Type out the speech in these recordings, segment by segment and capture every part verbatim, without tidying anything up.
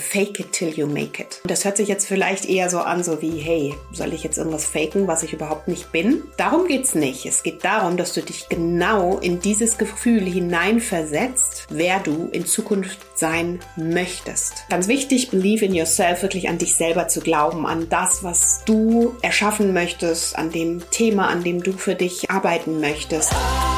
Fake it till you make it. Das hört sich jetzt vielleicht eher so an, so wie, hey, soll ich jetzt irgendwas faken, was ich überhaupt nicht bin? Darum geht's nicht. Es geht darum, dass du dich genau in dieses Gefühl hineinversetzt, wer du in Zukunft sein möchtest. Ganz wichtig, believe in yourself, wirklich an dich selber zu glauben, an das, was du erschaffen möchtest, an dem Thema, an dem du für dich arbeiten möchtest.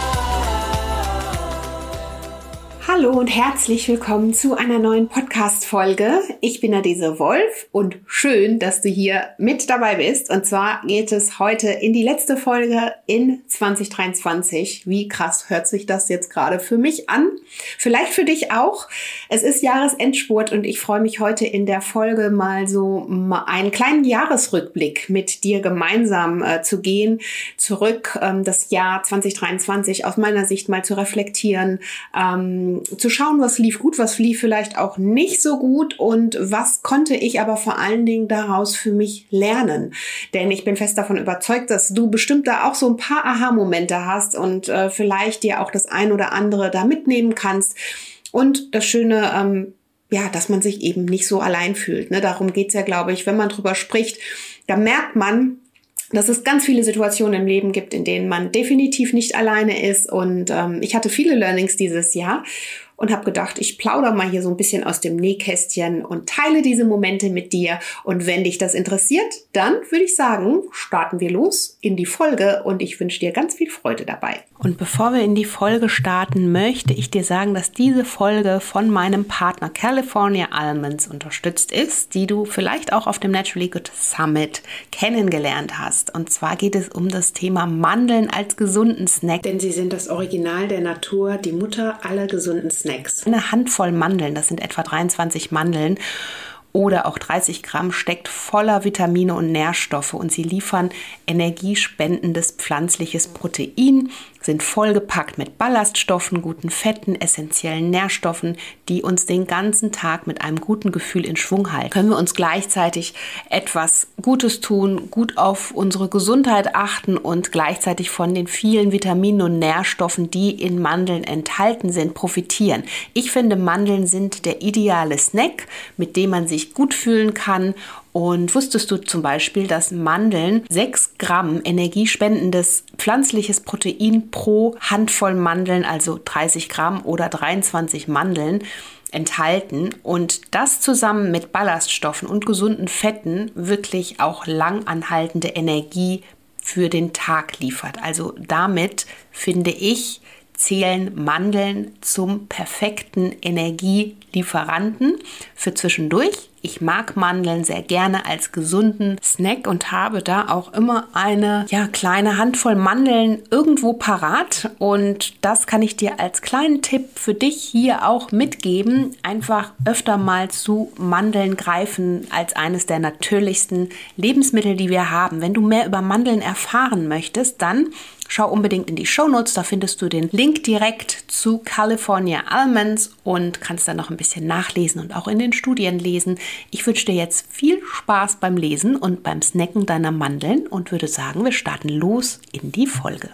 Hallo und herzlich willkommen zu einer neuen Podcast-Folge. Ich bin Adese Wolf und schön, dass du hier mit dabei bist. Und zwar geht es heute in die letzte Folge in zwanzig dreiundzwanzig. Wie krass hört sich das jetzt gerade für mich an? Vielleicht für dich auch. Es ist Jahresendspurt und ich freue mich heute in der Folge mal so einen kleinen Jahresrückblick mit dir gemeinsam äh, zu gehen, zurück ähm, das Jahr zwanzig dreiundzwanzig aus meiner Sicht mal zu reflektieren, ähm, zu schauen, was lief gut, was lief vielleicht auch nicht so gut und was konnte ich aber vor allen Dingen daraus für mich lernen. Denn ich bin fest davon überzeugt, dass du bestimmt da auch so ein paar Aha-Momente hast und äh, vielleicht dir auch das ein oder andere da mitnehmen kannst. Und das Schöne, ähm, ja, dass man sich eben nicht so allein fühlt. Ne? Darum geht's ja, glaube ich, wenn man drüber spricht, da merkt man, dass es ganz viele Situationen im Leben gibt, in denen man definitiv nicht alleine ist. Und ähm, ich hatte viele Learnings dieses Jahr und habe gedacht, ich plaudere mal hier so ein bisschen aus dem Nähkästchen und teile diese Momente mit dir. Und wenn dich das interessiert, dann würde ich sagen, starten wir los in die Folge und ich wünsche dir ganz viel Freude dabei. Und bevor wir in die Folge starten, möchte ich dir sagen, dass diese Folge von meinem Partner California Almonds unterstützt ist, die du vielleicht auch auf dem Naturally Good Summit kennengelernt hast. Und zwar geht es um das Thema Mandeln als gesunden Snack. Denn sie sind das Original der Natur, die Mutter aller gesunden Snacks. Eine Handvoll Mandeln, das sind etwa dreiundzwanzig Mandeln, oder auch dreißig Gramm, steckt voller Vitamine und Nährstoffe und sie liefern energiespendendes pflanzliches Protein, sind vollgepackt mit Ballaststoffen, guten Fetten, essentiellen Nährstoffen, die uns den ganzen Tag mit einem guten Gefühl in Schwung halten. Können wir uns gleichzeitig etwas Gutes tun, gut auf unsere Gesundheit achten und gleichzeitig von den vielen Vitaminen und Nährstoffen, die in Mandeln enthalten sind, profitieren. Ich finde, Mandeln sind der ideale Snack, mit dem man sich gut fühlen kann. Und wusstest du zum Beispiel, dass Mandeln sechs Gramm energiespendendes pflanzliches Protein pro Handvoll Mandeln, also dreißig Gramm oder dreiundzwanzig Mandeln, enthalten und das zusammen mit Ballaststoffen und gesunden Fetten wirklich auch langanhaltende Energie für den Tag liefert. Also damit, finde ich, zählen Mandeln zum perfekten Energielieferanten für zwischendurch. Ich mag Mandeln sehr gerne als gesunden Snack und habe da auch immer eine ja, kleine Handvoll Mandeln irgendwo parat. Und das kann ich dir als kleinen Tipp für dich hier auch mitgeben. Einfach öfter mal zu Mandeln greifen als eines der natürlichsten Lebensmittel, die wir haben. Wenn du mehr über Mandeln erfahren möchtest, dann schau unbedingt in die Shownotes, da findest du den Link direkt zu California Almonds und kannst dann noch ein bisschen nachlesen und auch in den Studien lesen. Ich wünsche dir jetzt viel Spaß beim Lesen und beim Snacken deiner Mandeln und würde sagen, wir starten los in die Folge.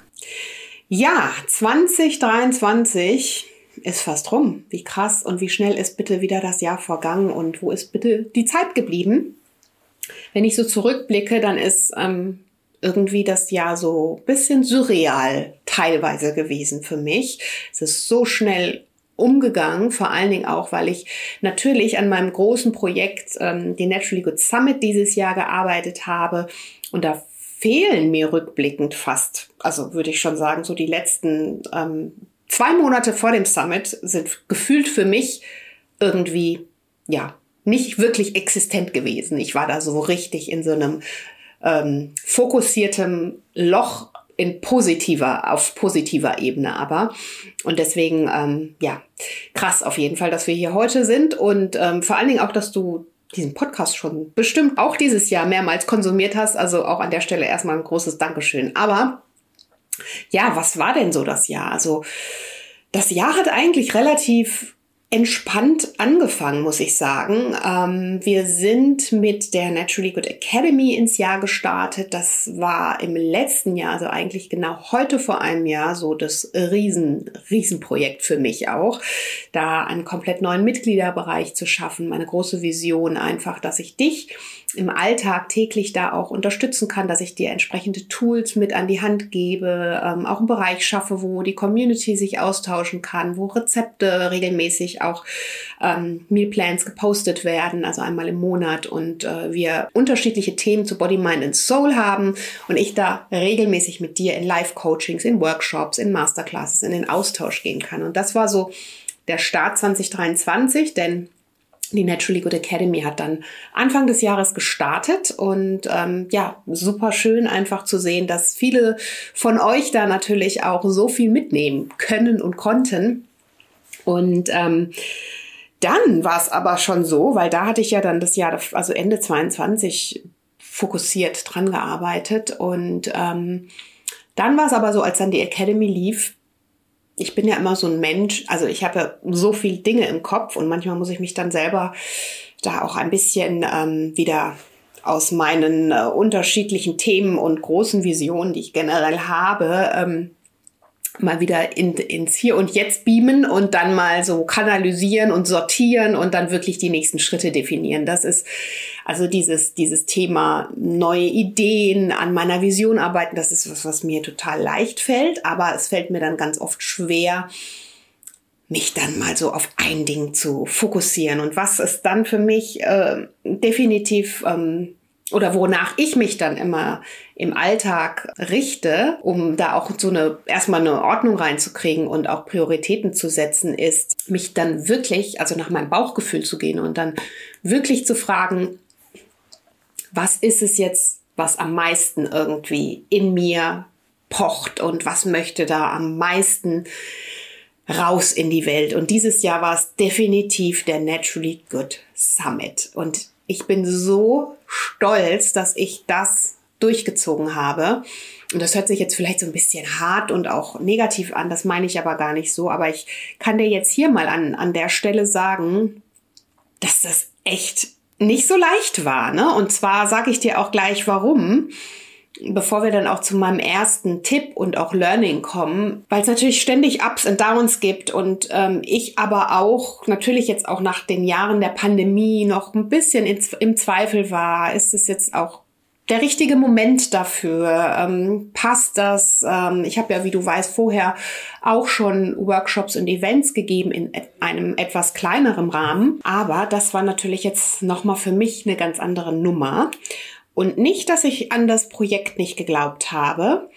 Ja, zwanzig dreiundzwanzig ist fast rum. Wie krass und wie schnell ist bitte wieder das Jahr vergangen und wo ist bitte die Zeit geblieben? Wenn ich so zurückblicke, dann ist ähm, irgendwie das Jahr so ein bisschen surreal teilweise gewesen für mich. Es ist so schnell umgegangen, vor allen Dingen auch, weil ich natürlich an meinem großen Projekt, ähm, den Naturally Good Summit dieses Jahr gearbeitet habe und da fehlen mir rückblickend fast, also würde ich schon sagen, so die letzten ähm, zwei Monate vor dem Summit sind gefühlt für mich irgendwie, ja, nicht wirklich existent gewesen. Ich war da so richtig in so einem ähm, fokussiertem Loch in positiver, auf positiver Ebene aber. Und deswegen, ähm, ja, krass auf jeden Fall, dass wir hier heute sind und ähm, vor allen Dingen auch, dass du diesen Podcast schon bestimmt auch dieses Jahr mehrmals konsumiert hast. Also auch an der Stelle erstmal ein großes Dankeschön. Aber ja, was war denn so das Jahr? Also das Jahr hat eigentlich relativ entspannt angefangen, muss ich sagen. Ähm, wir sind mit der Naturally Good Academy ins Jahr gestartet. Das war im letzten Jahr, also eigentlich genau heute vor einem Jahr, so das riesen, Riesenprojekt für mich auch, da einen komplett neuen Mitgliederbereich zu schaffen. Meine große Vision einfach, dass ich dich im Alltag täglich da auch unterstützen kann, dass ich dir entsprechende Tools mit an die Hand gebe, ähm, auch einen Bereich schaffe, wo die Community sich austauschen kann, wo Rezepte regelmäßig auch ähm, Mealplans gepostet werden, also einmal im Monat und äh, wir unterschiedliche Themen zu Body, Mind and Soul haben und ich da regelmäßig mit dir in Live-Coachings, in Workshops, in Masterclasses, in den Austausch gehen kann. Und das war so der Start zwanzig dreiundzwanzig, denn die Naturally Good Academy hat dann Anfang des Jahres gestartet und ähm, ja, super schön einfach zu sehen, dass viele von euch da natürlich auch so viel mitnehmen können und konnten. Und ähm, dann war es aber schon so, weil da hatte ich ja dann das Jahr, also Ende zweiundzwanzig fokussiert dran gearbeitet und ähm, dann war es aber so, als dann die Academy lief, ich bin ja immer so ein Mensch, also ich habe ja so viele Dinge im Kopf und manchmal muss ich mich dann selber da auch ein bisschen ähm, wieder aus meinen äh, unterschiedlichen Themen und großen Visionen, die ich generell habe, ähm, mal wieder in, ins Hier und Jetzt beamen und dann mal so kanalisieren und sortieren und dann wirklich die nächsten Schritte definieren. Das ist also dieses, dieses Thema neue Ideen, an meiner Vision arbeiten, das ist was, was mir total leicht fällt, aber es fällt mir dann ganz oft schwer, mich dann mal so auf ein Ding zu fokussieren. Und was ist dann für mich äh, definitiv ähm, oder wonach ich mich dann immer im Alltag richte, um da auch so eine erstmal eine Ordnung reinzukriegen und auch Prioritäten zu setzen, ist, mich dann wirklich, also nach meinem Bauchgefühl zu gehen und dann wirklich zu fragen, was ist es jetzt, was am meisten irgendwie in mir pocht und was möchte da am meisten raus in die Welt. Und dieses Jahr war es definitiv der Naturally Good Summit. Und ich bin so stolz, dass ich das durchgezogen habe. Und das hört sich jetzt vielleicht so ein bisschen hart und auch negativ an. Das meine ich aber gar nicht so. Aber ich kann dir jetzt hier mal an, an der Stelle sagen, dass das echt nicht so leicht war, ne? Und zwar sage ich dir auch gleich, warum, bevor wir dann auch zu meinem ersten Tipp und auch Learning kommen, weil es natürlich ständig Ups und Downs gibt und ähm, ich aber auch natürlich jetzt auch nach den Jahren der Pandemie noch ein bisschen in, im Zweifel war, ist es jetzt auch der richtige Moment dafür? Ähm, passt das? Ähm, ich habe ja, wie du weißt, vorher auch schon Workshops und Events gegeben in einem etwas kleineren Rahmen. Aber das war natürlich jetzt nochmal für mich eine ganz andere Nummer. Und nicht, dass ich an das Projekt nicht geglaubt habe,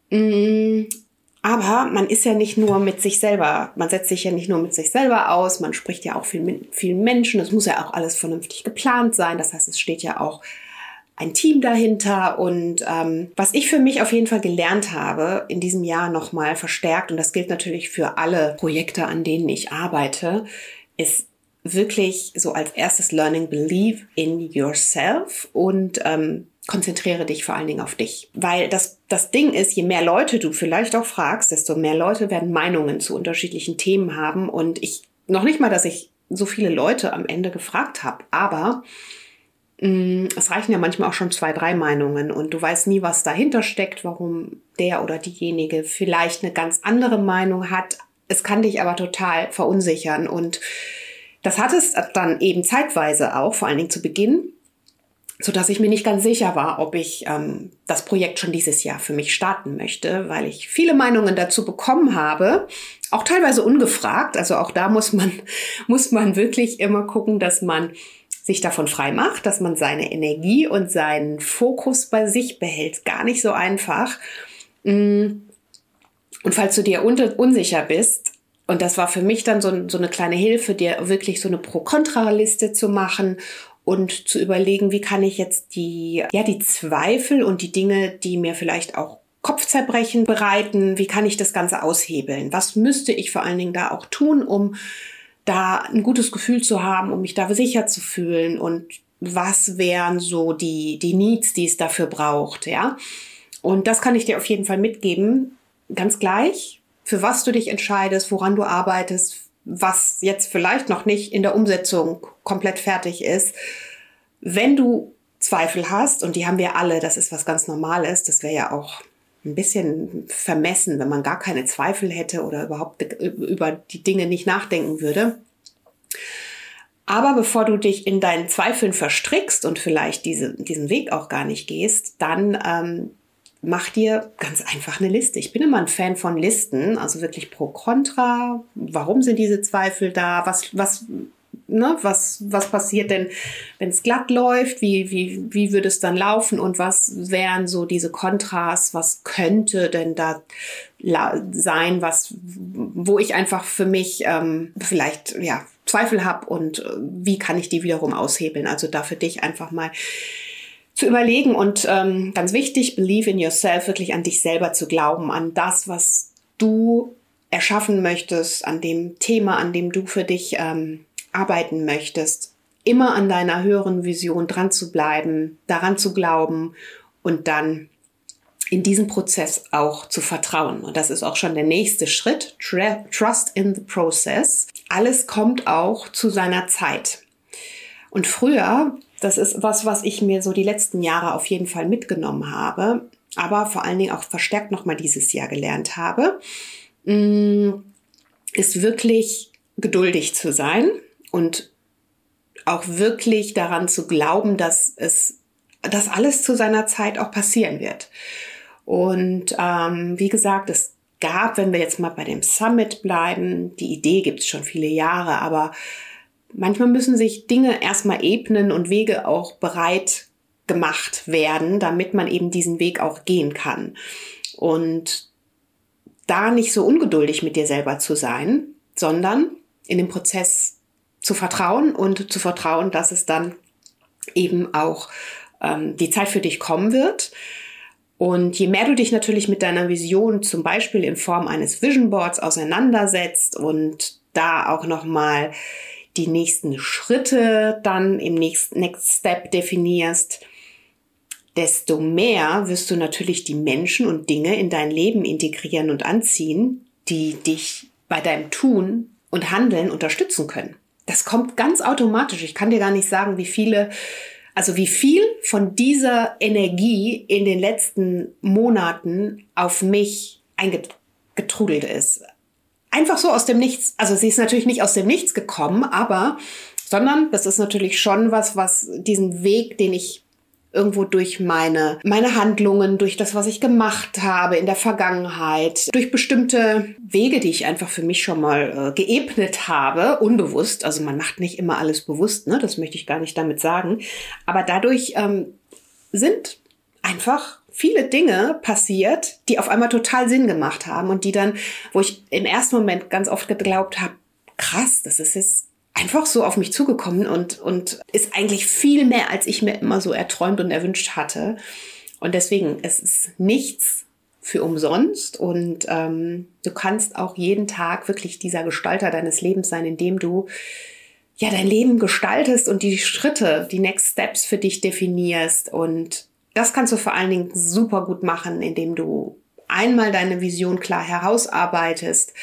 aber man ist ja nicht nur mit sich selber, man setzt sich ja nicht nur mit sich selber aus, man spricht ja auch viel mit vielen Menschen, es muss ja auch alles vernünftig geplant sein, das heißt, es steht ja auch ein Team dahinter und ähm, was ich für mich auf jeden Fall gelernt habe, in diesem Jahr nochmal verstärkt, und das gilt natürlich für alle Projekte, an denen ich arbeite, ist wirklich so als erstes Learning, believe in yourself und ähm, konzentriere dich vor allen Dingen auf dich. Weil das, das Ding ist, je mehr Leute du vielleicht auch fragst, desto mehr Leute werden Meinungen zu unterschiedlichen Themen haben. Und ich, noch nicht mal, dass ich so viele Leute am Ende gefragt habe, aber mh, es reichen ja manchmal auch schon zwei, drei Meinungen und du weißt nie, was dahinter steckt, warum der oder diejenige vielleicht eine ganz andere Meinung hat. Es kann dich aber total verunsichern und das hat es dann eben zeitweise auch, vor allen Dingen zu Beginn, so dass ich mir nicht ganz sicher war, ob ich ähm, das Projekt schon dieses Jahr für mich starten möchte, weil ich viele Meinungen dazu bekommen habe, auch teilweise ungefragt. Also auch da muss man, muss man wirklich immer gucken, dass man sich davon frei macht, dass man seine Energie und seinen Fokus bei sich behält. Gar nicht so einfach. Und falls du dir un- unsicher bist, und das war für mich dann so, so eine kleine Hilfe, dir wirklich so eine Pro-Kontra-Liste zu machen und zu überlegen, wie kann ich jetzt die, ja, die Zweifel und die Dinge, die mir vielleicht auch Kopfzerbrechen bereiten, wie kann ich das Ganze aushebeln? Was müsste ich vor allen Dingen da auch tun, um da ein gutes Gefühl zu haben, um mich da sicher zu fühlen? Und was wären so die, die Needs, die es dafür braucht, ja? Und das kann ich dir auf jeden Fall mitgeben, ganz gleich, für was du dich entscheidest, woran du arbeitest, was jetzt vielleicht noch nicht in der Umsetzung komplett fertig ist. Wenn du Zweifel hast, und die haben wir alle, das ist was ganz Normales, das wäre ja auch ein bisschen vermessen, wenn man gar keine Zweifel hätte oder überhaupt über die Dinge nicht nachdenken würde. Aber bevor du dich in deinen Zweifeln verstrickst und vielleicht diese, diesen Weg auch gar nicht gehst, dann ähm, mach dir ganz einfach eine Liste. Ich bin immer ein Fan von Listen, also wirklich pro, contra. Warum sind diese Zweifel da? Was, was, ne, was, was passiert denn, wenn es glatt läuft? Wie, wie, wie würde es dann laufen? Und was wären so diese Kontras? Was könnte denn da sein, was, wo ich einfach für mich ähm, vielleicht, ja, Zweifel habe und äh, wie kann ich die wiederum aushebeln? Also da für dich einfach mal zu überlegen und ähm, ganz wichtig, believe in yourself, wirklich an dich selber zu glauben, an das, was du erschaffen möchtest, an dem Thema, an dem du für dich ähm, arbeiten möchtest. Immer an deiner höheren Vision dran zu bleiben, daran zu glauben und dann in diesem Prozess auch zu vertrauen. Und das ist auch schon der nächste Schritt, trust in the process. Alles kommt auch zu seiner Zeit. Und früher, das ist was, was ich mir so die letzten Jahre auf jeden Fall mitgenommen habe, aber vor allen Dingen auch verstärkt nochmal dieses Jahr gelernt habe, ist wirklich geduldig zu sein und auch wirklich daran zu glauben, dass es, dass alles zu seiner Zeit auch passieren wird. Und ähm, wie gesagt, es gab, wenn wir jetzt mal bei dem Summit bleiben, die Idee gibt es schon viele Jahre, aber manchmal müssen sich Dinge erstmal ebnen und Wege auch bereit gemacht werden, damit man eben diesen Weg auch gehen kann. Und da nicht so ungeduldig mit dir selber zu sein, sondern in den Prozess zu vertrauen und zu vertrauen, dass es dann eben auch ähm, die Zeit für dich kommen wird. Und je mehr du dich natürlich mit deiner Vision zum Beispiel in Form eines Vision Boards auseinandersetzt und da auch nochmal die nächsten Schritte dann im nächsten Next Step definierst, desto mehr wirst du natürlich die Menschen und Dinge in dein Leben integrieren und anziehen, die dich bei deinem Tun und Handeln unterstützen können. Das kommt ganz automatisch. Ich kann dir gar nicht sagen, wie viele, also wie viel von dieser Energie in den letzten Monaten auf mich eingetrudelt ist. Einfach so aus dem Nichts. Also sie ist natürlich nicht aus dem Nichts gekommen, aber, sondern das ist natürlich schon was, was diesen Weg, den ich irgendwo durch meine, meine Handlungen, durch das, was ich gemacht habe in der Vergangenheit, durch bestimmte Wege, die ich einfach für mich schon mal äh, geebnet habe, unbewusst. Also man macht nicht immer alles bewusst, ne? Das möchte ich gar nicht damit sagen. Aber dadurch ähm, sind einfach viele Dinge passiert, die auf einmal total Sinn gemacht haben und die dann, wo ich im ersten Moment ganz oft geglaubt habe, krass, das ist jetzt einfach so auf mich zugekommen und, und ist eigentlich viel mehr, als ich mir immer so erträumt und erwünscht hatte. Und deswegen, es ist nichts für umsonst und ähm, du kannst auch jeden Tag wirklich dieser Gestalter deines Lebens sein, indem du ja dein Leben gestaltest und die Schritte, die Next Steps für dich definierst. Und das kannst du vor allen Dingen super gut machen, indem du einmal deine Vision klar herausarbeitest,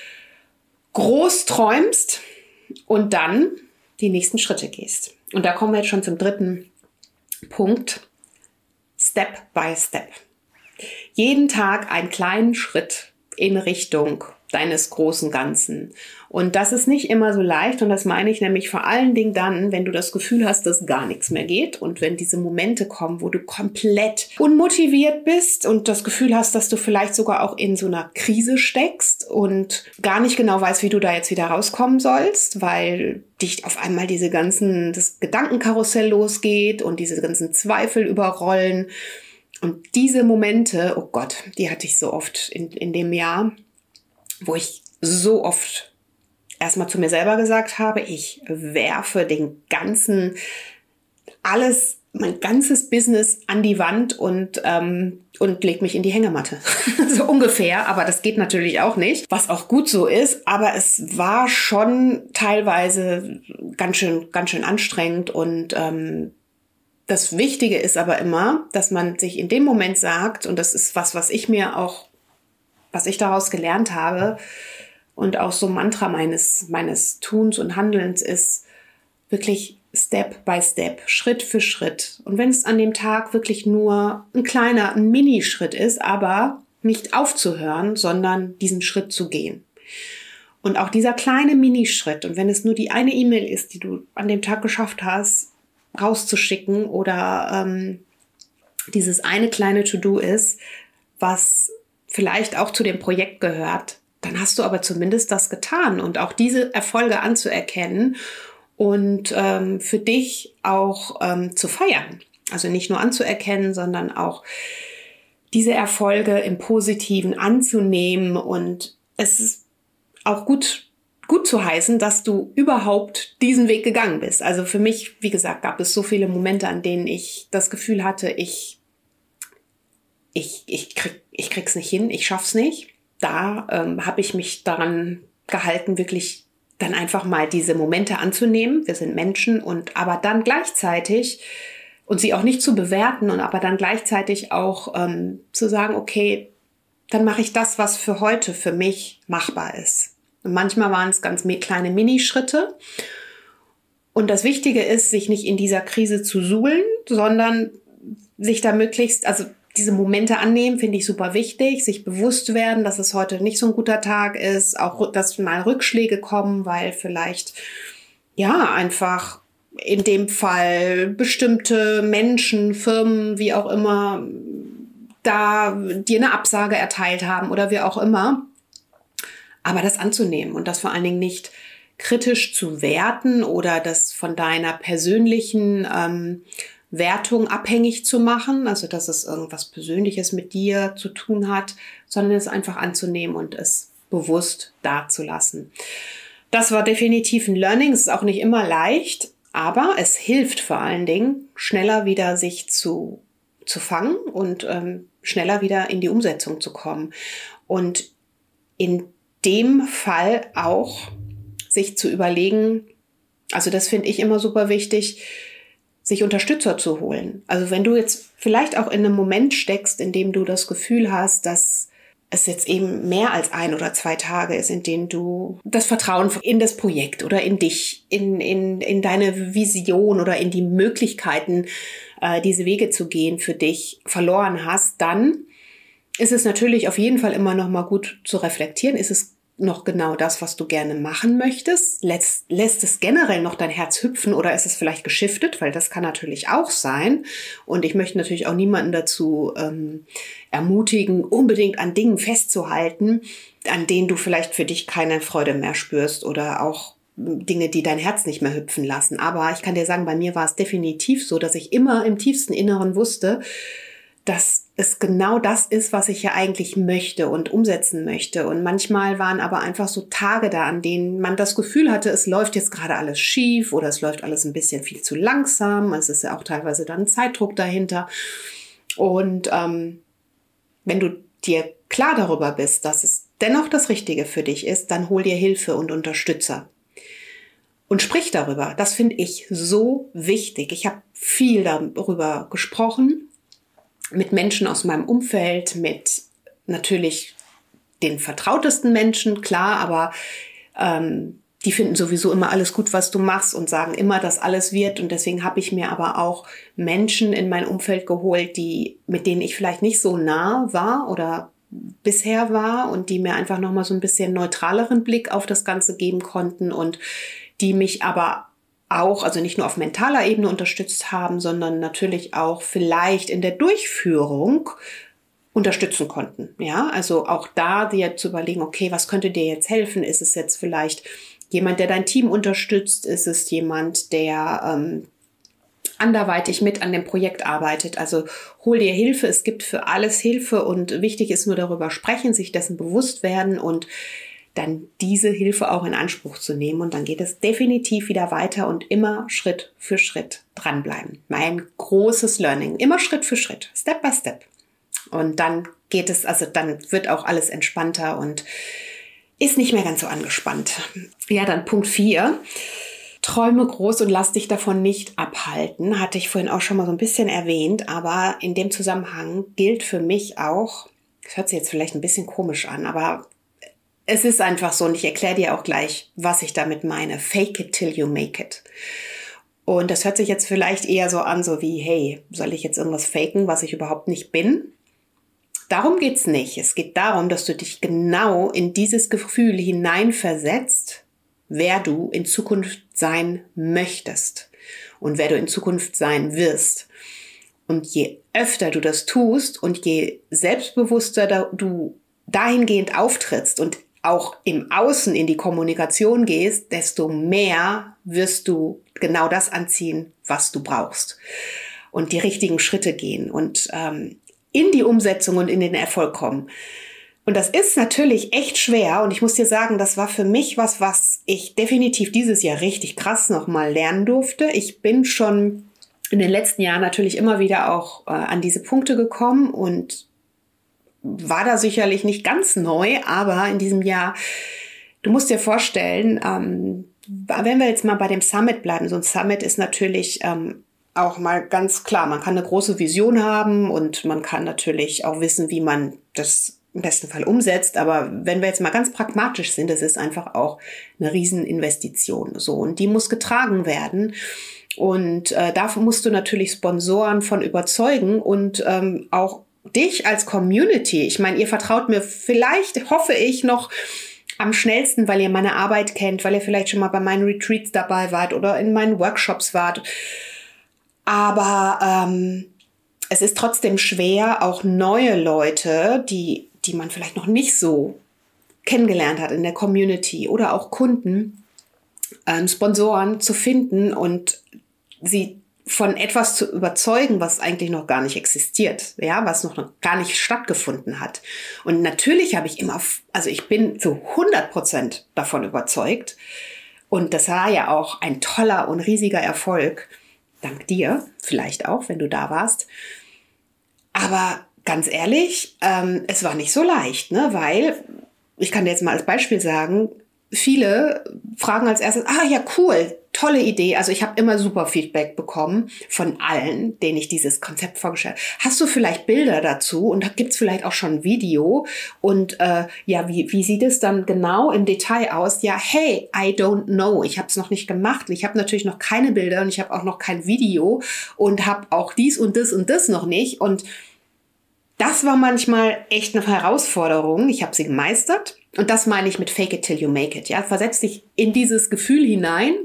groß träumst und dann die nächsten Schritte gehst. Und da kommen wir jetzt schon zum dritten Punkt. Step by Step. Jeden Tag einen kleinen Schritt in Richtung deines großen Ganzen. Und das ist nicht immer so leicht und das meine ich nämlich vor allen Dingen dann, wenn du das Gefühl hast, dass gar nichts mehr geht und wenn diese Momente kommen, wo du komplett unmotiviert bist und das Gefühl hast, dass du vielleicht sogar auch in so einer Krise steckst und gar nicht genau weißt, wie du da jetzt wieder rauskommen sollst, weil dich auf einmal diese ganzen, das Gedankenkarussell losgeht und diese ganzen Zweifel überrollen. Und diese Momente, oh Gott, die hatte ich so oft in, in dem Jahr, wo ich so oft erstmal zu mir selber gesagt habe, ich werfe den ganzen, alles, mein ganzes Business an die Wand und, ähm, und leg mich in die Hängematte. So ungefähr, aber das geht natürlich auch nicht, was auch gut so ist, aber es war schon teilweise ganz schön, ganz schön anstrengend und ähm, das Wichtige ist aber immer, dass man sich in dem Moment sagt, und das ist was, was ich mir auch, was ich daraus gelernt habe, Und auch so Mantra meines, meines Tuns und Handelns ist wirklich Step by Step, Schritt für Schritt. Und wenn es an dem Tag wirklich nur ein kleiner, ein Minischritt ist, aber nicht aufzuhören, sondern diesen Schritt zu gehen. Und auch dieser kleine Minischritt, und wenn es nur die eine E-Mail ist, die du an dem Tag geschafft hast, rauszuschicken oder ähm, dieses eine kleine To-Do ist, was vielleicht auch zu dem Projekt gehört, dann hast du aber zumindest das getan und auch diese Erfolge anzuerkennen und ähm, für dich auch ähm, zu feiern. Also nicht nur anzuerkennen, sondern auch diese Erfolge im Positiven anzunehmen und es ist auch gut, gut zu heißen, dass du überhaupt diesen Weg gegangen bist. Also für mich, wie gesagt, gab es so viele Momente, an denen ich das Gefühl hatte, ich, ich, ich, krieg, ich krieg's nicht hin, ich schaff's nicht. Da ähm, habe ich mich daran gehalten, wirklich dann einfach mal diese Momente anzunehmen. Wir sind Menschen und aber dann gleichzeitig und sie auch nicht zu bewerten und aber dann gleichzeitig auch ähm, zu sagen, okay, dann mache ich das, was für heute für mich machbar ist. Und manchmal waren es ganz kleine Minischritte. Und das Wichtige ist, sich nicht in dieser Krise zu suhlen, sondern sich da möglichst, also diese Momente annehmen, finde ich super wichtig, sich bewusst werden, dass es heute nicht so ein guter Tag ist, auch dass mal Rückschläge kommen, weil vielleicht, ja, einfach in dem Fall bestimmte Menschen, Firmen, wie auch immer, da dir eine Absage erteilt haben oder wie auch immer. Aber das anzunehmen und das vor allen Dingen nicht kritisch zu werten oder das von deiner persönlichen ähm, Wertung abhängig zu machen, also dass es irgendwas Persönliches mit dir zu tun hat, sondern es einfach anzunehmen und es bewusst dazulassen. Das war definitiv ein Learning. Es ist auch nicht immer leicht, aber es hilft vor allen Dingen, schneller wieder sich zu, zu fangen und ähm, schneller wieder in die Umsetzung zu kommen. Und in dem Fall auch sich zu überlegen, also das finde ich immer super wichtig, sich Unterstützer zu holen. Also wenn du jetzt vielleicht auch in einem Moment steckst, in dem du das Gefühl hast, dass es jetzt eben mehr als ein oder zwei Tage ist, in denen du das Vertrauen in das Projekt oder in dich, in, in, in deine Vision oder in die Möglichkeiten, äh, diese Wege zu gehen, für dich verloren hast, dann ist es natürlich auf jeden Fall immer noch mal gut zu reflektieren. Ist es noch genau das, was du gerne machen möchtest? Lässt, lässt es generell noch dein Herz hüpfen oder ist es vielleicht geschiftet? Weil das kann natürlich auch sein. Und ich möchte natürlich auch niemanden dazu ähm, ermutigen, unbedingt an Dingen festzuhalten, an denen du vielleicht für dich keine Freude mehr spürst oder auch Dinge, die dein Herz nicht mehr hüpfen lassen. Aber ich kann dir sagen, bei mir war es definitiv so, dass ich immer im tiefsten Inneren wusste, dass es genau das ist, was ich ja eigentlich möchte und umsetzen möchte. Und manchmal waren aber einfach so Tage da, an denen man das Gefühl hatte, es läuft jetzt gerade alles schief oder es läuft alles ein bisschen viel zu langsam. Es ist ja auch teilweise dann Zeitdruck dahinter. Und ähm, wenn du dir klar darüber bist, dass es dennoch das Richtige für dich ist, dann hol dir Hilfe und Unterstützer. Und sprich darüber. Das finde ich so wichtig. Ich habe viel darüber gesprochen, mit Menschen aus meinem Umfeld, mit natürlich den vertrautesten Menschen, klar, aber ähm, die finden sowieso immer alles gut, was du machst und sagen immer, dass alles wird. Und deswegen habe ich mir aber auch Menschen in mein Umfeld geholt, die mit denen ich vielleicht nicht so nah war oder bisher war und die mir einfach nochmal so ein bisschen neutraleren Blick auf das Ganze geben konnten und die mich aber auch, also nicht nur auf mentaler Ebene unterstützt haben, sondern natürlich auch vielleicht in der Durchführung unterstützen konnten. Ja, also auch da dir zu überlegen, okay, was könnte dir jetzt helfen? Ist es jetzt vielleicht jemand, der dein Team unterstützt? Ist es jemand, der ähm, anderweitig mit an dem Projekt arbeitet? Also hol dir Hilfe. Es gibt für alles Hilfe und wichtig ist nur darüber sprechen, sich dessen bewusst werden und dann diese Hilfe auch in Anspruch zu nehmen. Und dann geht es definitiv wieder weiter und immer Schritt für Schritt dranbleiben. Mein großes Learning. Immer Schritt für Schritt. Step by Step. Und dann geht es, also dann wird auch alles entspannter und ist nicht mehr ganz so angespannt. Ja, dann Punkt vier. Träume groß und lass dich davon nicht abhalten. Hatte ich vorhin auch schon mal so ein bisschen erwähnt. Aber in dem Zusammenhang gilt für mich auch, das hört sich jetzt vielleicht ein bisschen komisch an, aber es ist einfach so und ich erkläre dir auch gleich, was ich damit meine. Fake it till you make it. Und das hört sich jetzt vielleicht eher so an, so wie, hey, soll ich jetzt irgendwas faken, was ich überhaupt nicht bin? Darum geht's nicht. Es geht darum, dass du dich genau in dieses Gefühl hineinversetzt, wer du in Zukunft sein möchtest und wer du in Zukunft sein wirst. Und je öfter du das tust und je selbstbewusster du dahingehend auftrittst und auch im Außen in die Kommunikation gehst, desto mehr wirst du genau das anziehen, was du brauchst. Und die richtigen Schritte gehen und ähm, in die Umsetzung und in den Erfolg kommen. Und das ist natürlich echt schwer. Und ich muss dir sagen, das war für mich was, was ich definitiv dieses Jahr richtig krass nochmal lernen durfte. Ich bin schon in den letzten Jahren natürlich immer wieder auch äh, an diese Punkte gekommen und war da sicherlich nicht ganz neu, aber in diesem Jahr, du musst dir vorstellen, ähm, wenn wir jetzt mal bei dem Summit bleiben, so ein Summit ist natürlich ähm, auch mal ganz klar, man kann eine große Vision haben und man kann natürlich auch wissen, wie man das im besten Fall umsetzt, aber wenn wir jetzt mal ganz pragmatisch sind, das ist einfach auch eine Rieseninvestition, so, und die muss getragen werden. Und äh, dafür musst du natürlich Sponsoren von überzeugen und ähm, auch dich als Community. Ich meine, ihr vertraut mir vielleicht, hoffe ich, noch am schnellsten, weil ihr meine Arbeit kennt, weil ihr vielleicht schon mal bei meinen Retreats dabei wart oder in meinen Workshops wart. Aber ähm, es ist trotzdem schwer, auch neue Leute, die, die man vielleicht noch nicht so kennengelernt hat in der Community oder auch Kunden, ähm, Sponsoren zu finden und sie von etwas zu überzeugen, was eigentlich noch gar nicht existiert, ja, was noch gar nicht stattgefunden hat. Und natürlich habe ich immer, also ich bin zu hundert Prozent davon überzeugt. Und das war ja auch ein toller und riesiger Erfolg. Dank dir, vielleicht auch, wenn du da warst. Aber ganz ehrlich, ähm, es war nicht so leicht, ne, weil, ich kann dir jetzt mal als Beispiel sagen, viele fragen als erstes, ah ja, cool, tolle Idee. Also ich habe immer super Feedback bekommen von allen, denen ich dieses Konzept vorgestellt habe. Hast du vielleicht Bilder dazu? Und da gibt's vielleicht auch schon ein Video. Und äh, ja, wie, wie sieht es dann genau im Detail aus? Ja, hey, I don't know. Ich habe es noch nicht gemacht. Ich habe natürlich noch keine Bilder und ich habe auch noch kein Video und habe auch dies und das und das noch nicht. Und das war manchmal echt eine Herausforderung. Ich habe sie gemeistert. Und das meine ich mit Fake it till you make it. Ja, versetz dich in dieses Gefühl hinein,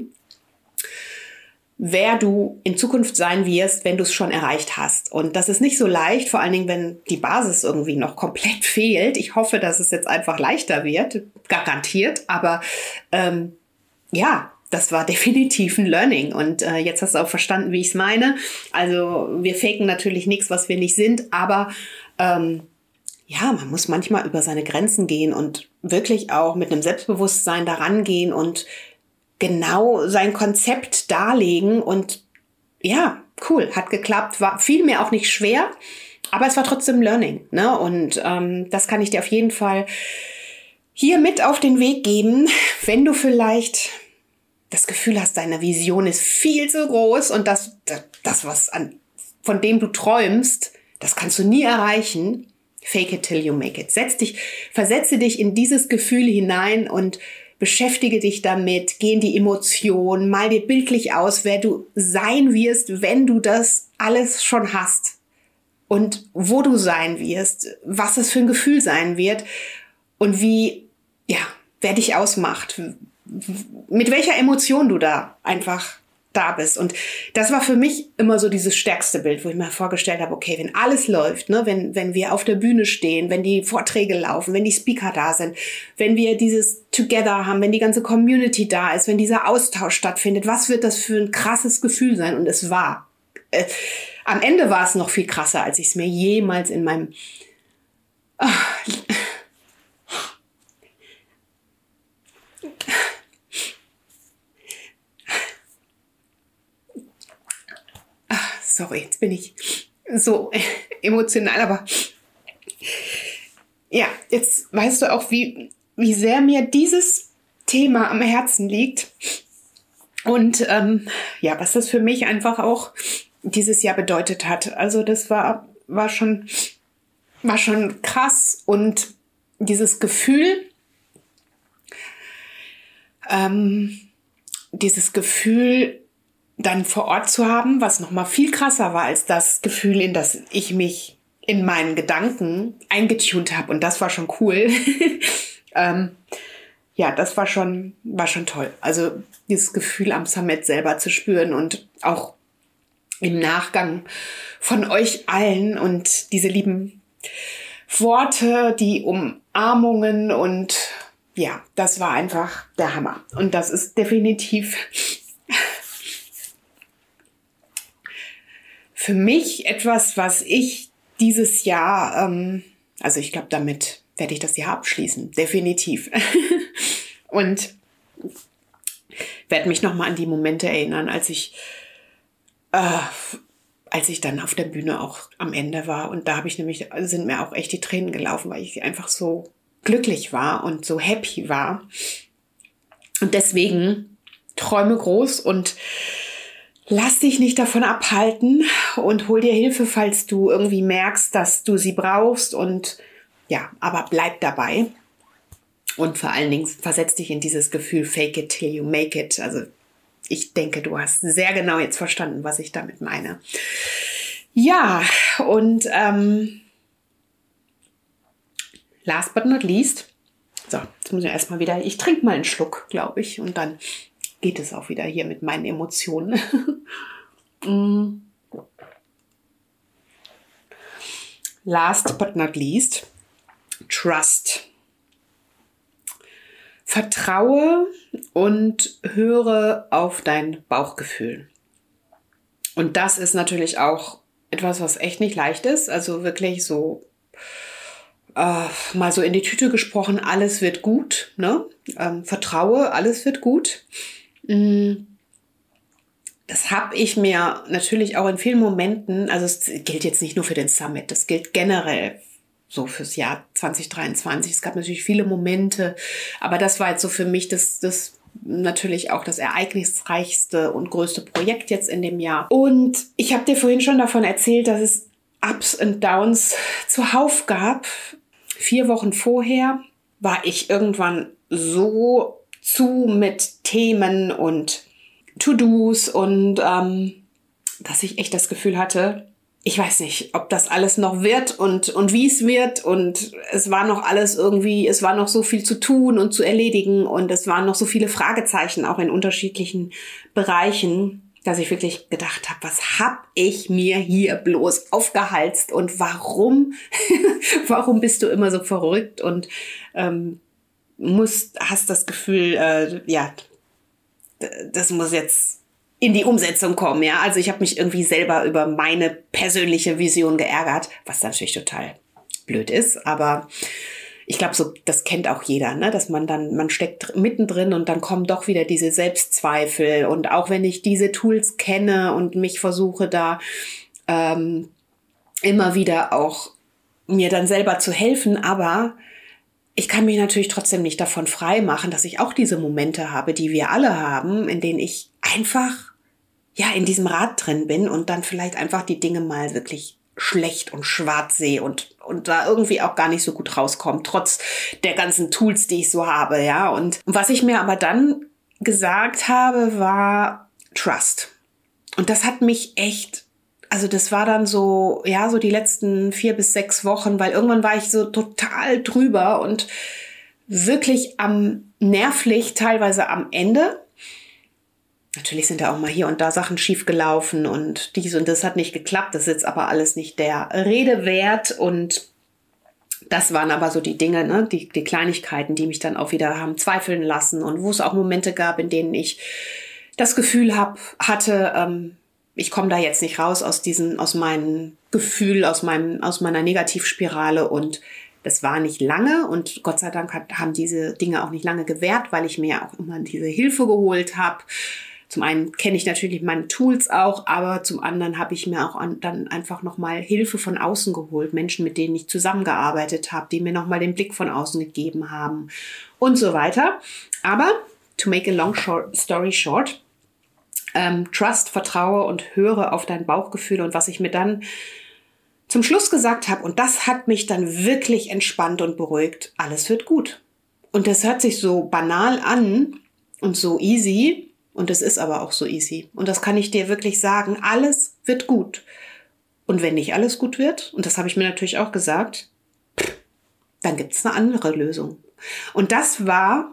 wer du in Zukunft sein wirst, wenn du es schon erreicht hast. Und das ist nicht so leicht, vor allen Dingen, wenn die Basis irgendwie noch komplett fehlt. Ich hoffe, dass es jetzt einfach leichter wird, garantiert. Aber ähm, ja, das war definitiv ein Learning. Und äh, jetzt hast du auch verstanden, wie ich es meine. Also wir faken natürlich nichts, was wir nicht sind. Aber ähm, ja, man muss manchmal über seine Grenzen gehen und wirklich auch mit einem Selbstbewusstsein daran gehen und genau sein Konzept darlegen. Und ja, cool, hat geklappt, war fiel mir auch nicht schwer, aber es war trotzdem Learning, ne? Und ähm, das kann ich dir auf jeden Fall hier mit auf den Weg geben, wenn du vielleicht das Gefühl hast, deine Vision ist viel zu groß und das, das, das was an, von dem du träumst, das kannst du nie erreichen. Fake it till you make it. Setz dich, versetze dich in dieses Gefühl hinein und beschäftige dich damit, geh in die Emotionen, mal dir bildlich aus, wer du sein wirst, wenn du das alles schon hast und wo du sein wirst, was es für ein Gefühl sein wird und wie, ja, wer dich ausmacht, mit welcher Emotion du da einfach da bist. Und das war für mich immer so dieses stärkste Bild, wo ich mir vorgestellt habe, okay, wenn alles läuft, ne, wenn, wenn wir auf der Bühne stehen, wenn die Vorträge laufen, wenn die Speaker da sind, wenn wir dieses Together haben, wenn die ganze Community da ist, wenn dieser Austausch stattfindet, was wird das für ein krasses Gefühl sein? Und es war. Äh, am Ende war es noch viel krasser, als ich es mir jemals in meinem oh, Sorry, jetzt bin ich so emotional, aber ja, jetzt weißt du auch, wie, wie sehr mir dieses Thema am Herzen liegt und ähm, ja, was das für mich einfach auch dieses Jahr bedeutet hat. Also das war, war schon, war schon krass und dieses Gefühl, ähm, dieses Gefühl dann vor Ort zu haben, was nochmal viel krasser war als das Gefühl, in das ich mich in meinen Gedanken eingetunt habe. Und das war schon cool. ähm, ja, das war schon, war schon toll. Also dieses Gefühl am Summit selber zu spüren und auch im Nachgang von euch allen und diese lieben Worte, die Umarmungen und ja, das war einfach der Hammer. Und das ist definitiv für mich etwas, was ich dieses Jahr, ähm, also ich glaube, damit werde ich das Jahr abschließen, definitiv. Und werde mich nochmal an die Momente erinnern, als ich, äh, als ich dann auf der Bühne auch am Ende war. Und da habe ich nämlich, sind mir auch echt die Tränen gelaufen, weil ich einfach so glücklich war und so happy war. Und deswegen träume groß und lass dich nicht davon abhalten und hol dir Hilfe, falls du irgendwie merkst, dass du sie brauchst. Und ja, aber bleib dabei. Und vor allen Dingen versetz dich in dieses Gefühl, fake it till you make it. Also ich denke, du hast sehr genau jetzt verstanden, was ich damit meine. Ja, und ähm, last but not least, so, jetzt muss ich erstmal wieder, ich trinke mal einen Schluck, glaube ich, und dann geht es auch wieder hier mit meinen Emotionen. mm. Last but not least, Trust. Vertraue und höre auf dein Bauchgefühl. Und das ist natürlich auch etwas, was echt nicht leicht ist. Also wirklich so äh, mal so in die Tüte gesprochen, alles wird gut. Ne? Ähm, vertraue, alles wird gut. Das habe ich mir natürlich auch in vielen Momenten, also es gilt jetzt nicht nur für den Summit, das gilt generell so fürs Jahr zwanzig dreiundzwanzig. Es gab natürlich viele Momente, aber das war jetzt so für mich das, das natürlich auch das ereignisreichste und größte Projekt jetzt in dem Jahr. Und ich habe dir vorhin schon davon erzählt, dass es Ups und Downs zuhauf gab. Vier Wochen vorher war ich irgendwann so zu mit Themen und To-Dos und ähm, dass ich echt das Gefühl hatte, ich weiß nicht, ob das alles noch wird und, und wie es wird. Und es war noch alles irgendwie, es war noch so viel zu tun und zu erledigen. Und es waren noch so viele Fragezeichen auch in unterschiedlichen Bereichen, dass ich wirklich gedacht habe, was hab ich mir hier bloß aufgehalst? Und warum, warum bist du immer so verrückt und ähm, musst, hast das Gefühl, äh, ja, das muss jetzt in die Umsetzung kommen, ja. Also ich habe mich irgendwie selber über meine persönliche Vision geärgert, was natürlich total blöd ist, aber ich glaube, so das kennt auch jeder, ne, dass man dann, man steckt mittendrin und dann kommen doch wieder diese Selbstzweifel und auch wenn ich diese Tools kenne und mich versuche da ähm, immer wieder auch mir dann selber zu helfen, aber ich kann mich natürlich trotzdem nicht davon frei machen, dass ich auch diese Momente habe, die wir alle haben, in denen ich einfach ja in diesem Rad drin bin und dann vielleicht einfach die Dinge mal wirklich schlecht und schwarz sehe und und da irgendwie auch gar nicht so gut rauskommt, trotz der ganzen Tools, die ich so habe, ja. Und was ich mir aber dann gesagt habe, war Trust. Und das hat mich echt, also das war dann so, ja, so die letzten vier bis sechs Wochen, weil irgendwann war ich so total drüber und wirklich am nervlich, teilweise am Ende. Natürlich sind da auch mal hier und da Sachen schief gelaufen und dies und das hat nicht geklappt. Das ist jetzt aber alles nicht der Rede wert und das waren aber so die Dinge, ne, die, die Kleinigkeiten, die mich dann auch wieder haben zweifeln lassen und wo es auch Momente gab, in denen ich das Gefühl hab, hatte, ähm, ich komme da jetzt nicht raus aus diesen, aus meinem Gefühl, aus meinem, aus meiner Negativspirale und das war nicht lange und Gott sei Dank hat, haben diese Dinge auch nicht lange gewährt, weil ich mir auch immer diese Hilfe geholt habe. Zum einen kenne ich natürlich meine Tools auch, aber zum anderen habe ich mir auch an, dann einfach nochmal Hilfe von außen geholt. Menschen, mit denen ich zusammengearbeitet habe, die mir nochmal den Blick von außen gegeben haben und so weiter. Aber to make a long short, story short, ähm, trust, vertraue und höre auf dein Bauchgefühl. Und was ich mir dann zum Schluss gesagt habe, und das hat mich dann wirklich entspannt und beruhigt, alles wird gut. Und das hört sich so banal an, und so easy. Und es ist aber auch so easy. Und das kann ich dir wirklich sagen. Alles wird gut. Und wenn nicht alles gut wird, und das habe ich mir natürlich auch gesagt, dann gibt es eine andere Lösung. Und das war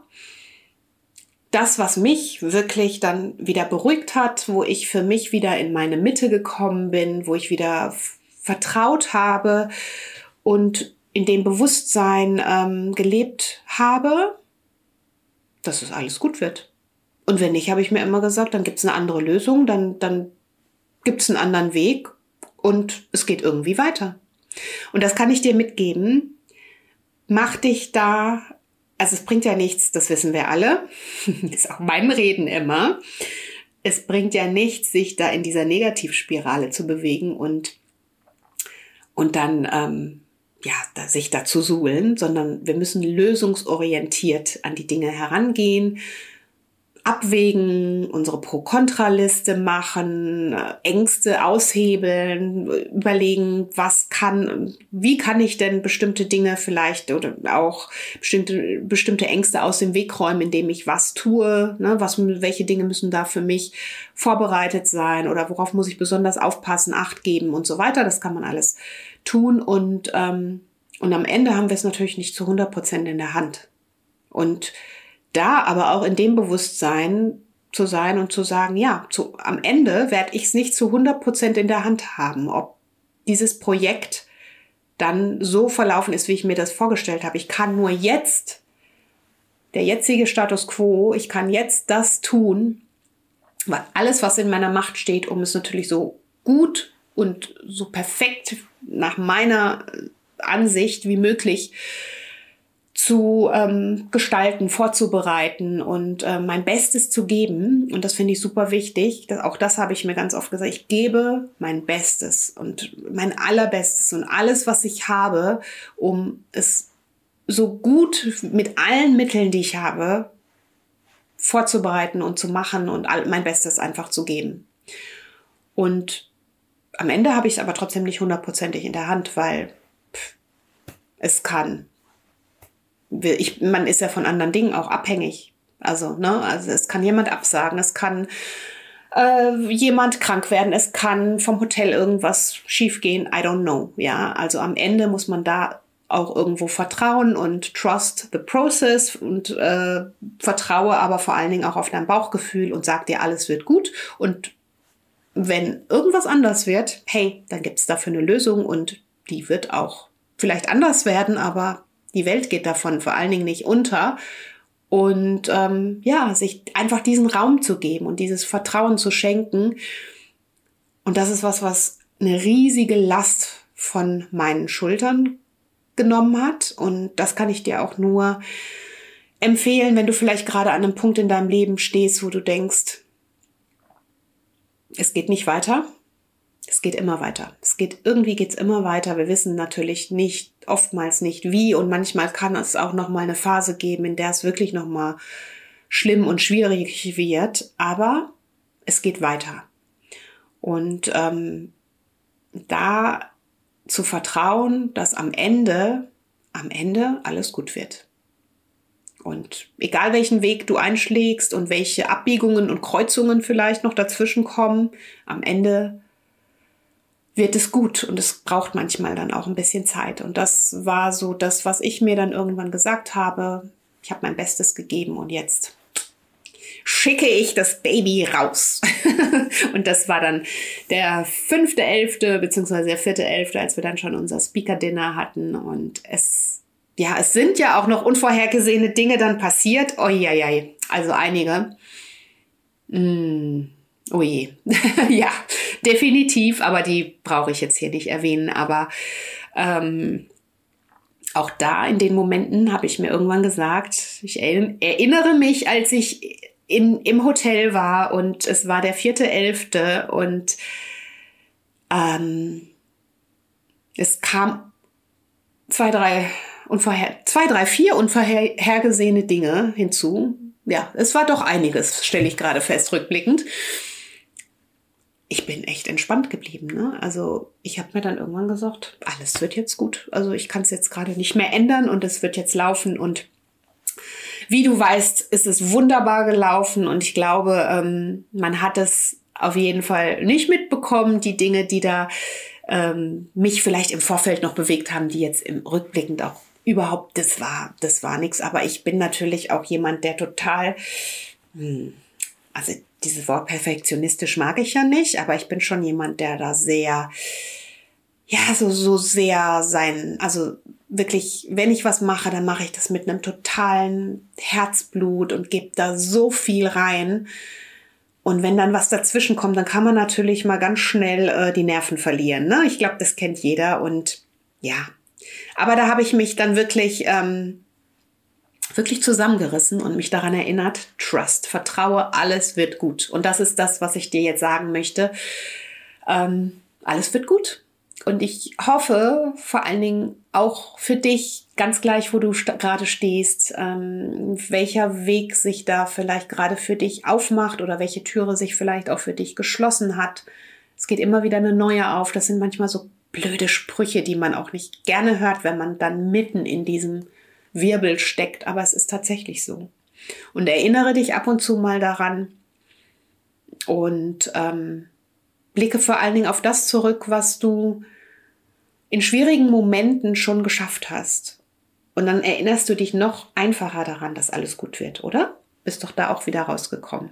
das, was mich wirklich dann wieder beruhigt hat, wo ich für mich wieder in meine Mitte gekommen bin, wo ich wieder f- vertraut habe und in dem Bewusstsein ähm, gelebt habe, dass es alles gut wird. Und wenn nicht, habe ich mir immer gesagt, dann gibt es eine andere Lösung, dann, dann gibt es einen anderen Weg und es geht irgendwie weiter. Und das kann ich dir mitgeben. Mach dich da, also es bringt ja nichts, das wissen wir alle, das ist auch beim Reden immer, es bringt ja nichts, sich da in dieser Negativspirale zu bewegen und, und dann ähm, ja, da, sich da zu suhlen, sondern wir müssen lösungsorientiert an die Dinge herangehen, abwägen, unsere Pro-Kontra-Liste machen, Ängste aushebeln, überlegen, was kann, wie kann ich denn bestimmte Dinge vielleicht oder auch bestimmte, bestimmte Ängste aus dem Weg räumen, indem ich was tue, ne, was, welche Dinge müssen da für mich vorbereitet sein oder worauf muss ich besonders aufpassen, Acht geben und so weiter. Das kann man alles tun und, ähm, und am Ende haben wir es natürlich nicht zu hundert Prozent in der Hand. Und da aber auch in dem Bewusstsein zu sein und zu sagen, ja, zu, am Ende werde ich es nicht zu hundert Prozent in der Hand haben, ob dieses Projekt dann so verlaufen ist, wie ich mir das vorgestellt habe. Ich kann nur jetzt, der jetzige Status quo, ich kann jetzt das tun, weil alles, was in meiner Macht steht, um es natürlich so gut und so perfekt nach meiner Ansicht wie möglich zu ähm, gestalten, vorzubereiten und äh, mein Bestes zu geben. Und das finde ich super wichtig. Das, auch das habe ich mir ganz oft gesagt. Ich gebe mein Bestes und mein Allerbestes und alles, was ich habe, um es so gut mit allen Mitteln, die ich habe, vorzubereiten und zu machen und all, mein Bestes einfach zu geben. Und am Ende habe ich es aber trotzdem nicht hundertprozentig in der Hand, weil pff, es kann. Ich, man ist ja von anderen Dingen auch abhängig. Also, ne, also es kann jemand absagen, es kann äh, jemand krank werden, es kann vom Hotel irgendwas schiefgehen, I don't know. Ja, also am Ende muss man da auch irgendwo vertrauen und trust the process und äh, vertraue aber vor allen Dingen auch auf dein Bauchgefühl und sag dir, alles wird gut. Und wenn irgendwas anders wird, hey, dann gibt es dafür eine Lösung und die wird auch vielleicht anders werden, aber die Welt geht davon vor allen Dingen nicht unter. Und ähm, ja, sich einfach diesen Raum zu geben und dieses Vertrauen zu schenken. Und das ist was, was eine riesige Last von meinen Schultern genommen hat. Und das kann ich dir auch nur empfehlen, wenn du vielleicht gerade an einem Punkt in deinem Leben stehst, wo du denkst, es geht nicht weiter. Es geht immer weiter. Es geht, irgendwie geht's immer weiter. Wir wissen natürlich nicht, oftmals nicht wie und manchmal kann es auch noch mal eine Phase geben, in der es wirklich noch mal schlimm und schwierig wird. Aber es geht weiter. Und ähm, da zu vertrauen, dass am Ende, am Ende alles gut wird. Und egal welchen Weg du einschlägst und welche Abbiegungen und Kreuzungen vielleicht noch dazwischen kommen, am Ende wird es gut und es braucht manchmal dann auch ein bisschen Zeit. Und das war so das, was ich mir dann irgendwann gesagt habe. Ich habe mein Bestes gegeben und jetzt schicke ich das Baby raus. Und das war dann der fünfte elfte beziehungsweise der vierte elfte, als wir dann schon unser Speaker-Dinner hatten. Und es, ja, es sind ja auch noch unvorhergesehene Dinge dann passiert. Oh je, je. Also einige. Mm. Oh je. Ja, definitiv, aber die brauche ich jetzt hier nicht erwähnen. Aber ähm, auch da in den Momenten habe ich mir irgendwann gesagt, ich erinnere mich, als ich in, im Hotel war und es war der vierte elfte und ähm, es kam zwei, drei, unvorher, zwei, drei, vier unvorhergesehene Dinge hinzu. Ja, es war doch einiges, stelle ich gerade fest, rückblickend. Ich bin echt entspannt geblieben, ne? Also ich habe mir dann irgendwann gesagt, alles wird jetzt gut. Also ich kann es jetzt gerade nicht mehr ändern und es wird jetzt laufen. Und wie du weißt, ist es wunderbar gelaufen und ich glaube, ähm, man hat es auf jeden Fall nicht mitbekommen, die Dinge, die da ähm, mich vielleicht im Vorfeld noch bewegt haben, die jetzt im Rückblickend auch überhaupt, das war, das war nichts. Aber ich bin natürlich auch jemand, der total, hm, also dieses Wort perfektionistisch mag ich ja nicht, aber ich bin schon jemand, der da sehr, ja, so, so sehr sein, also wirklich, wenn ich was mache, dann mache ich das mit einem totalen Herzblut und gebe da so viel rein. Und wenn dann was dazwischen kommt, dann kann man natürlich mal ganz schnell äh, die Nerven verlieren. Ne? Ich glaube, das kennt jeder und ja. Aber da habe ich mich dann wirklich, ähm, wirklich zusammengerissen und mich daran erinnert, Trust, vertraue, alles wird gut. Und das ist das, was ich dir jetzt sagen möchte. Ähm, alles wird gut. Und ich hoffe vor allen Dingen auch für dich, ganz gleich, wo du st- gerade stehst, ähm, welcher Weg sich da vielleicht gerade für dich aufmacht oder welche Türe sich vielleicht auch für dich geschlossen hat. Es geht immer wieder eine neue auf. Das sind manchmal so blöde Sprüche, die man auch nicht gerne hört, wenn man dann mitten in diesem Wirbel steckt. Aber es ist tatsächlich so. Und erinnere dich ab und zu mal daran und ähm, blicke vor allen Dingen auf das zurück, was du in schwierigen Momenten schon geschafft hast. Und dann erinnerst du dich noch einfacher daran, dass alles gut wird, oder? Bist doch da auch wieder rausgekommen.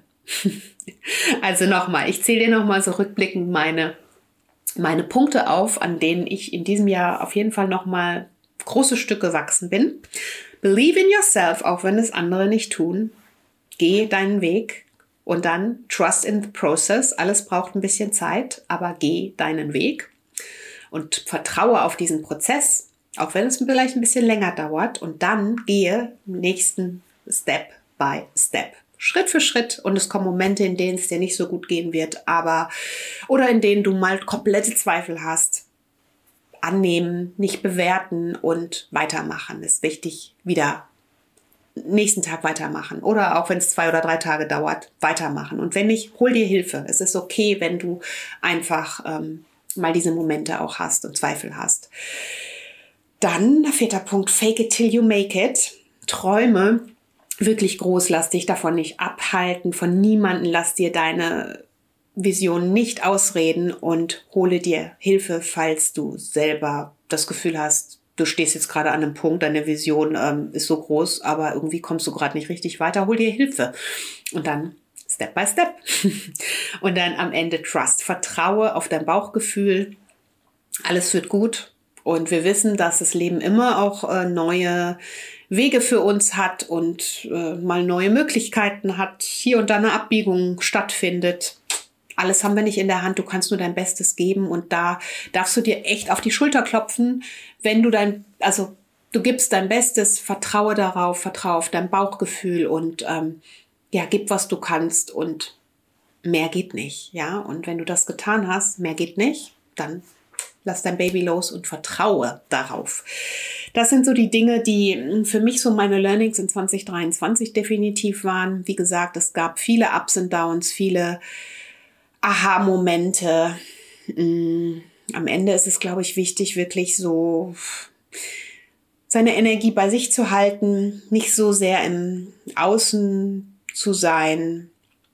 Also nochmal, ich zähle dir nochmal so rückblickend meine, meine Punkte auf, an denen ich in diesem Jahr auf jeden Fall nochmal große Stücke gewachsen bin. Believe in yourself, auch wenn es andere nicht tun. Geh deinen Weg und dann trust in the process. Alles braucht ein bisschen Zeit, aber geh deinen Weg. Und vertraue auf diesen Prozess, auch wenn es vielleicht ein bisschen länger dauert. Und dann gehe nächsten Step by Step, Schritt für Schritt. Und es kommen Momente, in denen es dir nicht so gut gehen wird, aber oder in denen du mal komplette Zweifel hast. Annehmen, nicht bewerten und weitermachen. Ist wichtig, wieder nächsten Tag weitermachen. Oder auch wenn es zwei oder drei Tage dauert, weitermachen. Und wenn nicht, hol dir Hilfe. Es ist okay, wenn du einfach ähm, mal diese Momente auch hast und Zweifel hast. Dann, vierter Punkt, fake it till you make it. Träume wirklich groß, lass dich davon nicht abhalten, von niemandem, lass dir deine Vision nicht ausreden und hole dir Hilfe, falls du selber das Gefühl hast, du stehst jetzt gerade an einem Punkt, deine Vision ähm, ist so groß, aber irgendwie kommst du gerade nicht richtig weiter, hol dir Hilfe. Und dann Step by Step. Und dann am Ende Trust. Vertraue auf dein Bauchgefühl. Alles wird gut. Und wir wissen, dass das Leben immer auch äh, neue Wege für uns hat und äh, mal neue Möglichkeiten hat. Hier und da eine Abbiegung stattfindet. Alles haben wir nicht in der Hand. Du kannst nur dein Bestes geben. Und da darfst du dir echt auf die Schulter klopfen, wenn du dein, also du gibst dein Bestes, vertraue darauf, vertraue auf dein Bauchgefühl und ähm, ja, gib, was du kannst und mehr geht nicht, ja. Und wenn du das getan hast, mehr geht nicht, dann lass dein Baby los und vertraue darauf. Das sind so die Dinge, die für mich so meine Learnings in zwanzig dreiundzwanzig definitiv waren. Wie gesagt, es gab viele Ups und Downs, viele Aha-Momente. Am Ende ist es, glaube ich, wichtig, wirklich so seine Energie bei sich zu halten, nicht so sehr im Außen zu sein.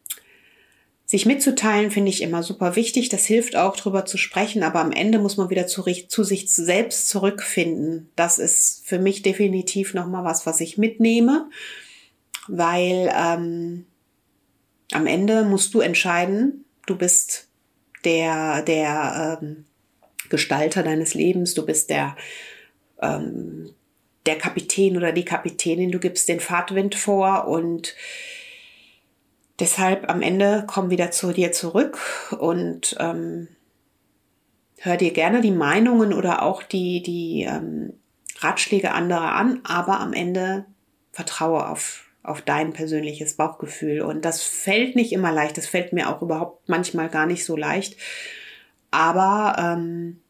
Sich mitzuteilen finde ich immer super wichtig. Das hilft auch, drüber zu sprechen. Aber am Ende muss man wieder zu, zu sich selbst zurückfinden. Das ist für mich definitiv nochmal was, was ich mitnehme. Weil ähm, am Ende musst du entscheiden, du bist der, der ähm, Gestalter deines Lebens. Du bist der, ähm, der Kapitän oder die Kapitänin. Du gibst den Fahrtwind vor und deshalb am Ende komm wieder zu dir zurück und ähm, hör dir gerne die Meinungen oder auch die, die ähm, Ratschläge anderer an, aber am Ende vertraue auf, auf dein persönliches Bauchgefühl. Und das fällt nicht immer leicht, das fällt mir auch überhaupt manchmal gar nicht so leicht. Aber ähm,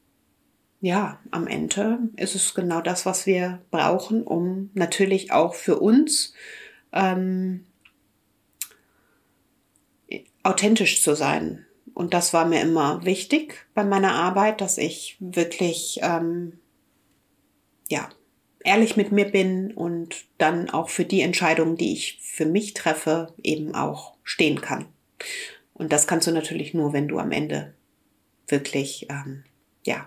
ja, am Ende ist es genau das, was wir brauchen, um natürlich auch für uns ähm, authentisch zu sein. Und das war mir immer wichtig bei meiner Arbeit, dass ich wirklich, ähm, ja, ehrlich mit mir bin und dann auch für die Entscheidungen, die ich für mich treffe, eben auch stehen kann. Und das kannst du natürlich nur, wenn du am Ende wirklich ähm, ja,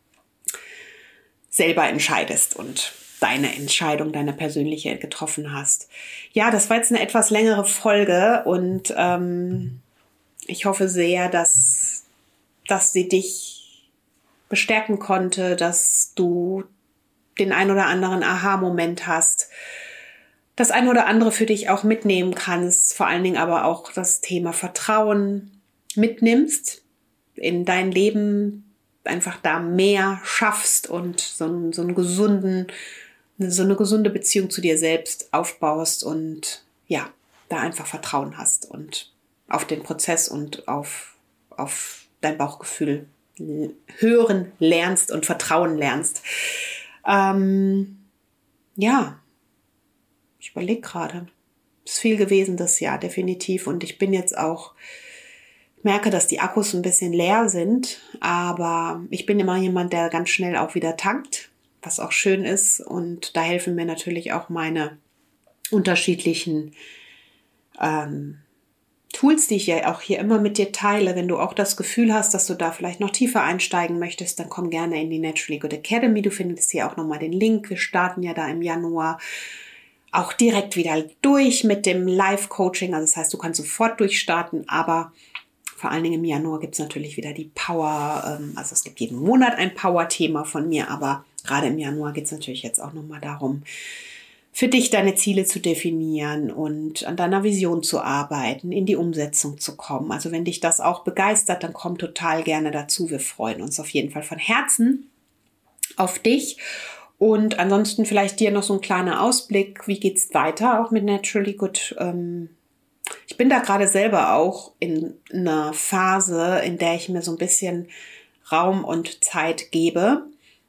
selber entscheidest und deine Entscheidung, deine persönliche getroffen hast. Ja, das war jetzt eine etwas längere Folge und ähm, ich hoffe sehr, dass, dass sie dich bestärken konnte, dass du den ein oder anderen Aha-Moment hast, das ein oder andere für dich auch mitnehmen kannst, vor allen Dingen aber auch das Thema Vertrauen mitnimmst, in dein Leben einfach da mehr schaffst und so einen, so einen gesunden, so eine gesunde Beziehung zu dir selbst aufbaust und ja, da einfach Vertrauen hast und auf den Prozess und auf, auf dein Bauchgefühl hören lernst und vertrauen lernst. Ähm, ja, ich überlege gerade. Es ist viel gewesen das Jahr, definitiv. Und ich bin jetzt auch, merke, dass die Akkus ein bisschen leer sind. Aber ich bin immer jemand, der ganz schnell auch wieder tankt, was auch schön ist. Und da helfen mir natürlich auch meine unterschiedlichen ähm, Tools, die ich ja auch hier immer mit dir teile. Wenn du auch das Gefühl hast, dass du da vielleicht noch tiefer einsteigen möchtest, dann komm gerne in die Naturally Good Academy. Du findest hier auch nochmal den Link. Wir starten ja da im Januar auch direkt wieder durch mit dem Live-Coaching. Also das heißt, du kannst sofort durchstarten, aber vor allen Dingen im Januar gibt es natürlich wieder die Power. Also es gibt jeden Monat ein Power-Thema von mir, aber gerade im Januar geht es natürlich jetzt auch nochmal darum, für dich deine Ziele zu definieren und an deiner Vision zu arbeiten, in die Umsetzung zu kommen. Also wenn dich das auch begeistert, dann komm total gerne dazu. Wir freuen uns auf jeden Fall von Herzen auf dich. Und ansonsten vielleicht dir noch so ein kleiner Ausblick, wie geht's weiter auch mit Naturally Good. Ich bin da gerade selber auch in einer Phase, in der ich mir so ein bisschen Raum und Zeit gebe.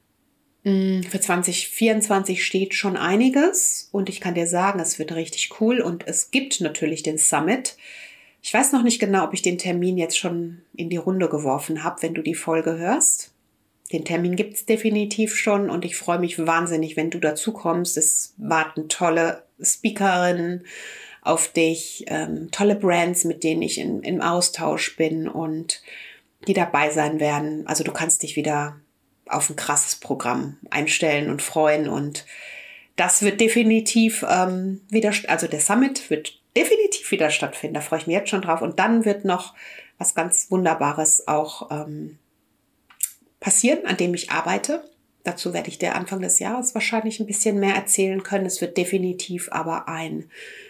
Für zwanzig vierundzwanzig steht schon einiges und ich kann dir sagen, es wird richtig cool und es gibt natürlich den Summit. Ich weiß noch nicht genau, ob ich den Termin jetzt schon in die Runde geworfen habe, wenn du die Folge hörst. Den Termin gibt es definitiv schon und ich freue mich wahnsinnig, wenn du dazu kommst. Es warten tolle Speakerinnen auf dich, ähm, tolle Brands, mit denen ich in, im Austausch bin und die dabei sein werden. Also du kannst dich wieder auf ein krasses Programm einstellen und freuen und das wird definitiv ähm, wieder, also der Summit wird definitiv wieder stattfinden, da freue ich mich jetzt schon drauf und dann wird noch was ganz Wunderbares auch ähm, passieren, an dem ich arbeite. Dazu werde ich dir Anfang des Jahres wahrscheinlich ein bisschen mehr erzählen können. Es wird definitiv aber ein,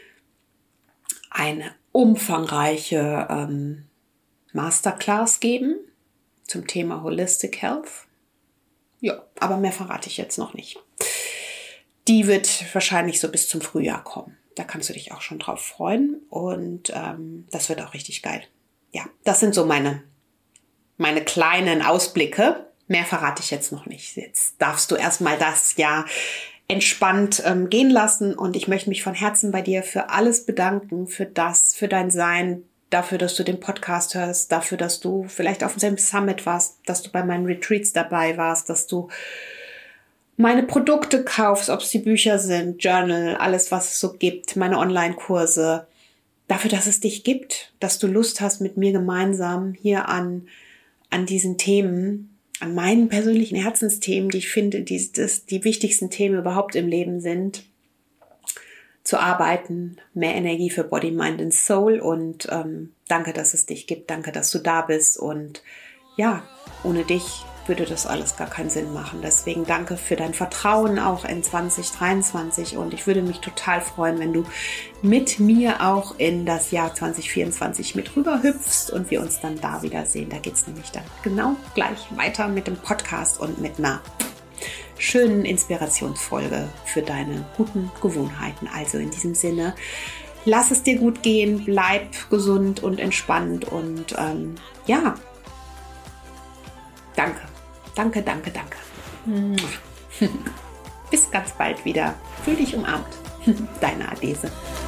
eine umfangreiche ähm, Masterclass geben zum Thema Holistic Health. Ja, aber mehr verrate ich jetzt noch nicht. Die wird wahrscheinlich so bis zum Frühjahr kommen. Da kannst du dich auch schon drauf freuen. Und ähm, das wird auch richtig geil. Ja, das sind so meine, meine kleinen Ausblicke. Mehr verrate ich jetzt noch nicht. Jetzt darfst du erstmal das Jahr entspannt ähm, gehen lassen. Und ich möchte mich von Herzen bei dir für alles bedanken, für das, für dein Sein, dafür, dass du den Podcast hörst, dafür, dass du vielleicht auf dem Summit warst, dass du bei meinen Retreats dabei warst, dass du meine Produkte kaufst, ob es die Bücher sind, Journal, alles, was es so gibt, meine Online-Kurse, dafür, dass es dich gibt, dass du Lust hast, mit mir gemeinsam hier an, an diesen Themen, an meinen persönlichen Herzensthemen, die ich finde, die, das, die wichtigsten Themen überhaupt im Leben sind, zu arbeiten, mehr Energie für Body, Mind and Soul und ähm, danke, dass es dich gibt, danke, dass du da bist und ja, ohne dich würde das alles gar keinen Sinn machen. Deswegen danke für dein Vertrauen auch in zwanzig dreiundzwanzig und ich würde mich total freuen, wenn du mit mir auch in das Jahr zwanzig vierundzwanzig mit rüber hüpfst und wir uns dann da wiedersehen. Da geht es nämlich dann genau gleich weiter mit dem Podcast und mit einer schönen Inspirationsfolge für deine guten Gewohnheiten. Also in diesem Sinne, lass es dir gut gehen, bleib gesund und entspannt und ähm, ja, danke, danke, danke, danke. Bis ganz bald wieder. Fühl dich umarmt. Deine Adese.